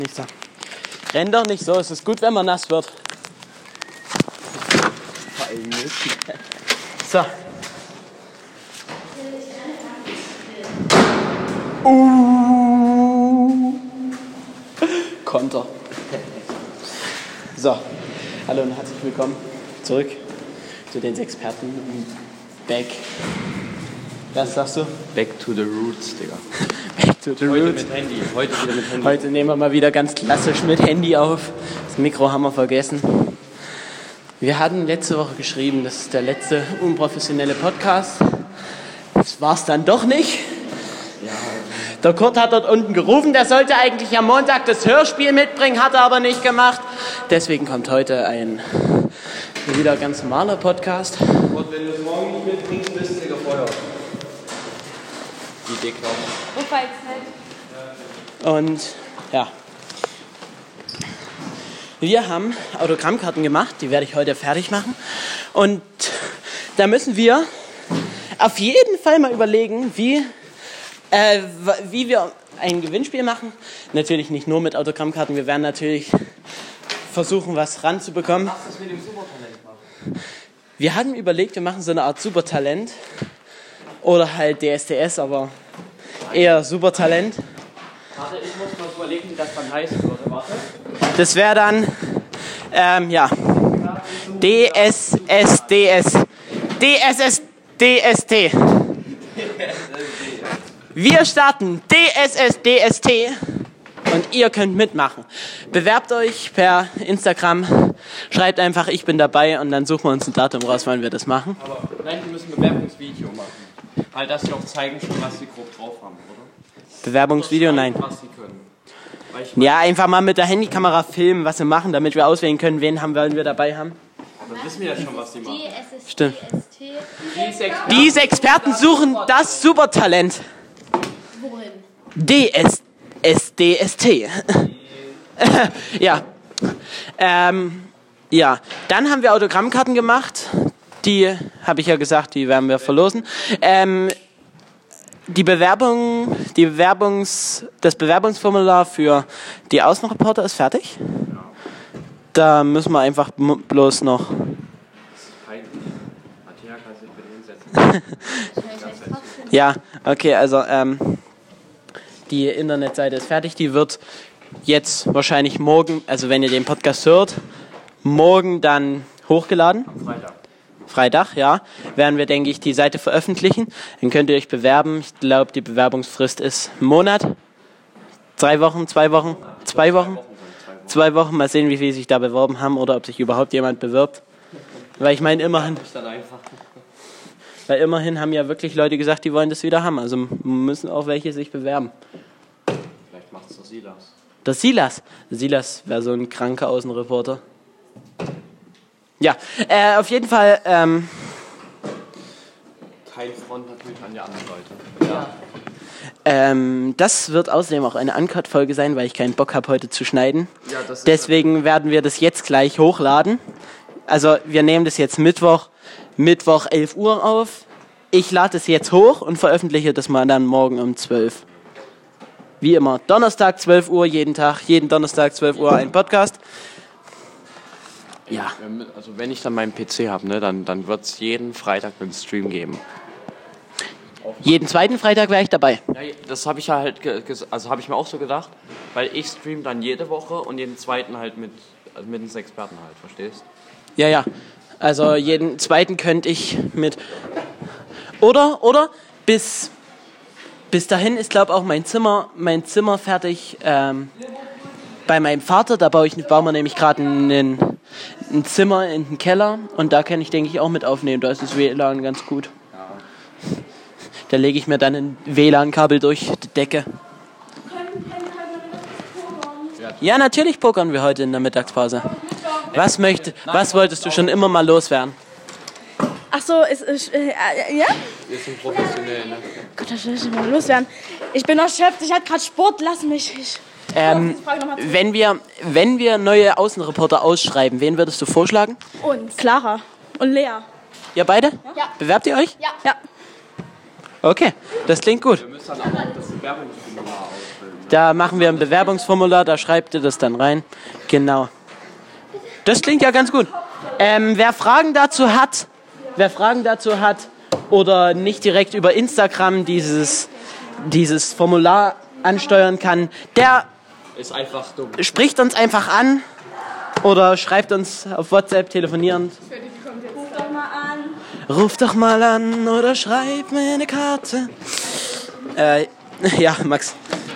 Nicht so. Renn doch nicht so, es ist gut, wenn man nass wird. So. Konter. So. Hallo und herzlich willkommen zurück zu den Experten und back. Was sagst du? Back to the roots, Digga. Back to the Heute roots. mit Handy. Heute wieder mit Handy. Heute nehmen wir mal wieder ganz klassisch mit Handy auf. Das Mikro haben wir vergessen. Wir hatten letzte Woche geschrieben, das ist der letzte unprofessionelle Podcast. Das war's dann doch nicht. Ja. Der Kurt hat dort unten gerufen, der sollte eigentlich am Montag das Hörspiel mitbringen, hat er aber nicht gemacht. Deswegen kommt heute ein wieder ganz normaler Podcast. Und wenn du es morgen nicht mitbringst, bist du Digga Feuer. Die Idee klauen. Und ja, wir haben Autogrammkarten gemacht, die werde ich heute fertig machen. Und da müssen wir auf jeden Fall mal überlegen, wie wir ein Gewinnspiel machen. Natürlich nicht nur mit Autogrammkarten, wir werden natürlich versuchen, was ranzubekommen. Was das mit dem Supertalent machen? Wir hatten überlegt, wir machen so eine Art Supertalent oder halt DSDS, aber eher Supertalent. Warte, ich muss mal überlegen, wie das dann heißen würde. Warte. Das wäre dann, ja, DSSDST. Wir starten DSSDST und ihr könnt mitmachen. Bewerbt euch per Instagram, schreibt einfach, ich bin dabei und dann suchen wir uns ein Datum raus, wann wir das machen. Aber nein, wir müssen ein Bewerbungsvideo machen. Halt, dass sie auch zeigen schon, was sie grob drauf haben, oder? Bewerbungsvideo, nein. Was sie können. Weil ich Ja, einfach mal mit der Handykamera filmen, was sie machen, damit wir auswählen können, wen wir dabei haben. dann wissen wir ja schon, was sie machen. Stimmt. DSST. Diese Experten suchen das Supertalent. Wohin? DSSDST. Ja. Ja. Dann haben wir Autogrammkarten gemacht. Die, habe ich ja gesagt, die werden wir verlosen. Das Bewerbungsformular für die Außenreporter ist fertig. Da müssen wir einfach bloß noch. Peinlich. Matthias kann sich bitte hinsetzen. Ja, okay, also die Internetseite ist fertig. Die wird jetzt wahrscheinlich morgen, also wenn ihr den Podcast hört, morgen dann hochgeladen. Freitag. Freitag, ja, werden wir, denke ich, die Seite veröffentlichen. Dann könnt ihr euch bewerben. Ich glaube, die Bewerbungsfrist ist einen Monat. 3 Wochen, 2 Wochen, 2 Wochen. 2 Wochen, mal sehen, wie viele sich da beworben haben oder ob sich überhaupt jemand bewirbt. Weil ich meine, immerhin haben ja wirklich Leute gesagt, die wollen das wieder haben. Also müssen auch welche sich bewerben. Vielleicht macht es der Silas. Der Silas. Der Silas wäre so ein kranker Außenreporter. Ja, auf jeden Fall. Kein Front natürlich an die anderen Leute. Ja. Das wird außerdem auch eine Uncut-Folge sein, weil ich keinen Bock habe, heute zu schneiden. Ja, das ist Deswegen werden wir das jetzt gleich hochladen. Also wir nehmen das jetzt Mittwoch 11 Uhr auf. Ich lade es jetzt hoch und veröffentliche das mal dann morgen um 12. Wie immer, Donnerstag 12 Uhr, jeden Donnerstag 12 Uhr ein Podcast. Ja. Also wenn ich dann meinen PC habe, ne, dann wird es jeden Freitag einen Stream geben. Jeden zweiten Freitag wäre ich dabei. Ja, das habe ich ja halt, also habe ich mir auch so gedacht, weil ich stream dann jede Woche und jeden zweiten halt mit den Experten halt, verstehst? Ja. Also jeden zweiten könnte ich mit... Oder bis dahin ist, glaube ich, auch mein Zimmer fertig. Bei meinem Vater, da bauen wir nämlich gerade ein Zimmer in den Keller und da kann ich, denke ich, auch mit aufnehmen. Da ist das WLAN ganz gut. Ja. Da lege ich mir dann ein WLAN-Kabel durch die Decke. Ja, natürlich pokern wir heute in der Mittagspause. Was wolltest du schon immer mal loswerden? Ach so, ja? Wir sind professionell, ne? Gott, das will ich mal loswerden. Ich bin erschöpft, ich hatte gerade Sport, lass mich. Wenn wir neue Außenreporter ausschreiben, wen würdest du vorschlagen? Und Clara und Lea. Ihr beide? Ja. Bewerbt ihr euch? Ja. Okay, das klingt gut. Wir müssen dann auch das Bewerbungsformular ausfüllen. Da machen wir ein Bewerbungsformular, da schreibt ihr das dann rein. Genau. Das klingt ja ganz gut. Wer Fragen dazu hat oder nicht direkt über Instagram dieses Formular ansteuern kann, der Ist einfach dumm. spricht uns einfach an oder schreibt uns auf WhatsApp telefonierend. Ruf doch mal an oder schreib mir eine Karte. Ja, Max.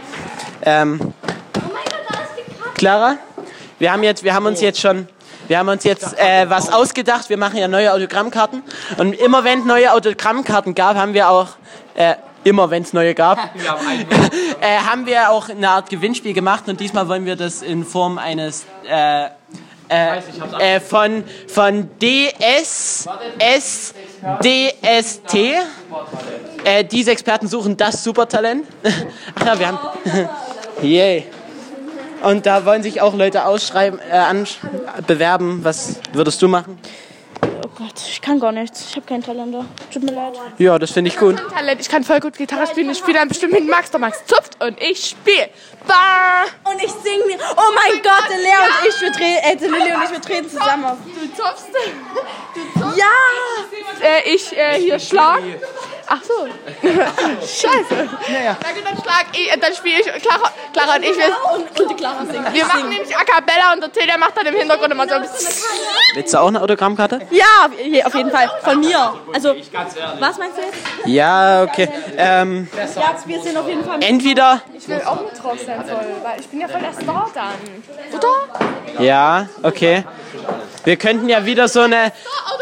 Clara, wir haben uns jetzt was ausgedacht. Wir machen ja neue Autogrammkarten. Und immer wenn es neue Autogrammkarten gab, haben wir auch, wenn es neue gab, haben wir auch eine Art Gewinnspiel gemacht. Und diesmal wollen wir das in Form eines von DST. Diese Experten suchen das Supertalent. Ach ja, wir haben. Yay. Und da wollen sich auch Leute bewerben. Was würdest du machen? Oh Gott, ich kann gar nichts. Ich habe kein Talent. Tut mir leid. Ja, das finde ich gut. Talent. Ich kann voll gut Gitarre spielen. Ich spiele dann bestimmt mit Max. Der Max zupft und ich spiele. Und ich singe mir. Oh mein Gott, der Lea und ich, Lilly und ich treten zusammen auf. Du zupfst. Ja! Ich hier schlag. Ach so. Scheiße. Ja. Na gut, dann spiele ich. Clara und ich. Und die Clara singt. Wir machen nämlich A Cappella und der Tilda macht dann im Hintergrund immer so. Willst du auch eine Autogrammkarte? Ja, auf jeden Fall. Von mir. Also, was meinst du jetzt? Ja, okay. Ja, wir sind auf jeden Fall. Entweder. Ich will auch mit drauf sein voll, weil ich bin ja voll der Star dann. Oder? Ja, okay. Wir könnten ja wieder so eine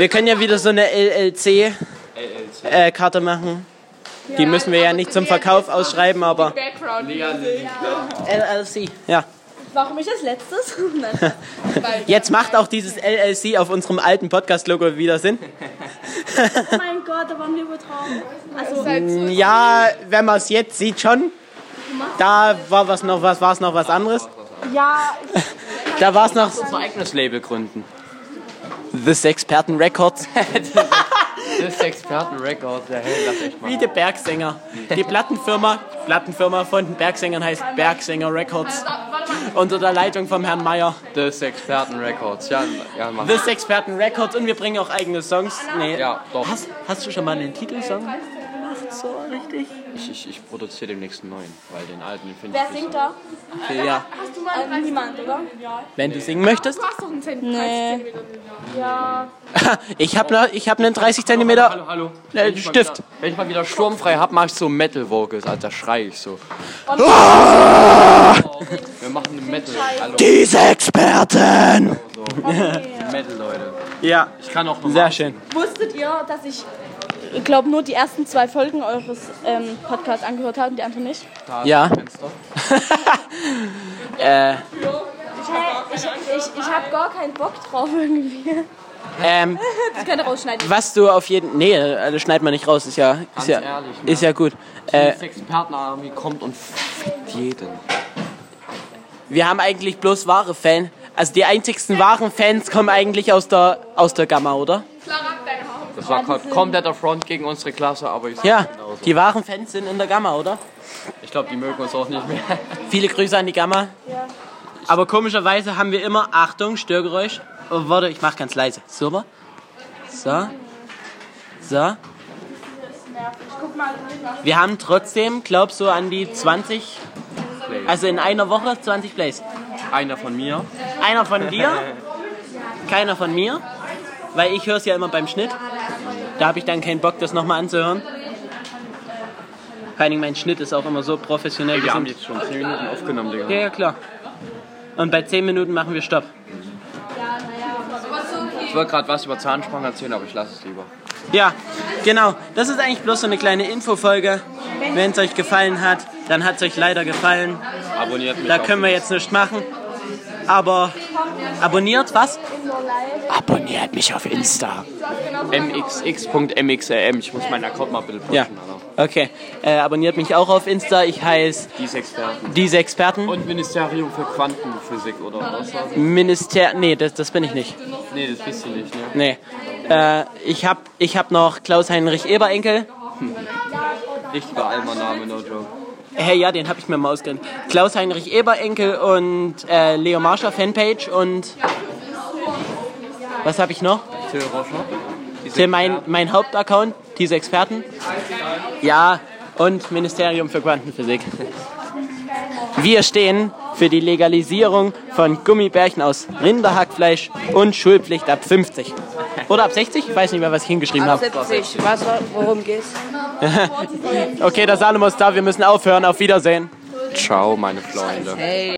LLC-Karte machen. Die müssen wir ja nicht zum Verkauf ausschreiben, aber Background. LLC, ja. Warum ich als letztes? Nein. Jetzt macht auch dieses LLC auf unserem alten Podcast-Logo wieder Sinn. Oh mein Gott, da waren wir übertragen. Also, Ja, wenn man es jetzt sieht schon. Da war was anderes. ja, Da war es noch Unser eigenes Label gründen. The Experten Records. Das ist Experten-Record. Ja, hey, lass echt mal. Wie die Bergsänger. Die Plattenfirma von den Bergsängern heißt Bergsänger Records. Unter der Leitung vom Herrn Meier. Das ist Experten-Records. Ja, mach. The Experten Records und wir bringen auch eigene Songs. Nee. Ja, doch. Hast du schon mal einen Titelsong gemacht? So richtig? Ich produziere demnächst einen neuen, weil den alten finde ich. wer singt da? Ja. Niemand, oder? Wenn du singen möchtest. Du hast doch einen Nee. Ja. Ich hab einen 30 cm Hallo. Stift. Wenn ich mal wieder sturmfrei habe, mache ich so Metal-Vocals, Alter, schrei ich so. Wir machen eine Metal. Hallo. Diese Experten! So. Metal, Leute. Ja, Ich kann auch noch sehr schön. Wusstet ihr, dass ich glaube nur die ersten 2 Folgen eures Podcasts angehört habe und die anderen nicht? Ja. Ich habe gar keinen Bock drauf irgendwie. Das könnt ihr rausschneiden. Was du auf jeden... Nee, das schneidet man nicht raus. Ist ja ehrlich, ne? ist ja gut. Die Expertenarmee kommt und fickt jeden. Wir haben eigentlich bloß wahre Fans. Also die einzigsten wahren Fans kommen eigentlich aus der Gamma, oder? Das war kompletter Front gegen unsere Klasse, aber ich Ja, genauso. die wahren Fans sind in der Gamma, oder? Ich glaube, die mögen uns auch nicht mehr. Viele Grüße an die Gamma. Ja. Aber komischerweise haben wir immer... Achtung, Störgeräusch. Oh, warte, ich mach ganz leise. Super. So. Wir haben trotzdem, glaubst du, an die 20... Also in einer Woche 20 Plays. Einer von mir. Einer von dir, keiner von mir, weil ich höre es ja immer beim Schnitt. Da habe ich dann keinen Bock, das nochmal anzuhören. Vor allem mein Schnitt ist auch immer so professionell. Wir haben jetzt schon 10 Minuten aufgenommen, Digga. Ja, klar. Und bei 10 Minuten machen wir Stopp. Ich wollte gerade was über Zahnspangen erzählen, aber ich lasse es lieber. Ja, genau. Das ist eigentlich bloß so eine kleine Infofolge. Wenn es euch gefallen hat, dann hat es euch leider gefallen. Abonniert mich. Da können wir jetzt nichts machen. Aber abonniert was? Abonniert mich auf Insta. mxx.mxrm. Ich muss meinen Account mal ein bisschen pushen. Ja, Alter. okay. Abonniert mich auch auf Insta. Ich heiße Diese Experten. Und Und Ministerium für Quantenphysik oder was war das? Nee, das bin ich nicht. Nee, das bist du nicht, ne? Nee. Ich hab noch Klaus-Heinrich Eberenkel. Richtiger Alma-Name, no joke. Hey, ja, den habe ich mir mal ausgedacht. Klaus-Heinrich Eberenkel und Leo Marscher Fanpage und was habe ich noch? Till Roscher. Till, mein Hauptaccount, diese Experten. Ja, und Ministerium für Quantenphysik. Wir stehen für die Legalisierung von Gummibärchen aus Rinderhackfleisch und Schulpflicht ab 50. Oder ab 60? Ich weiß nicht mehr, was ich hingeschrieben habe. 70. Worum geht's? Okay, der Salomo ist da, wir müssen aufhören. Auf Wiedersehen. Ciao, meine Freunde. Hey.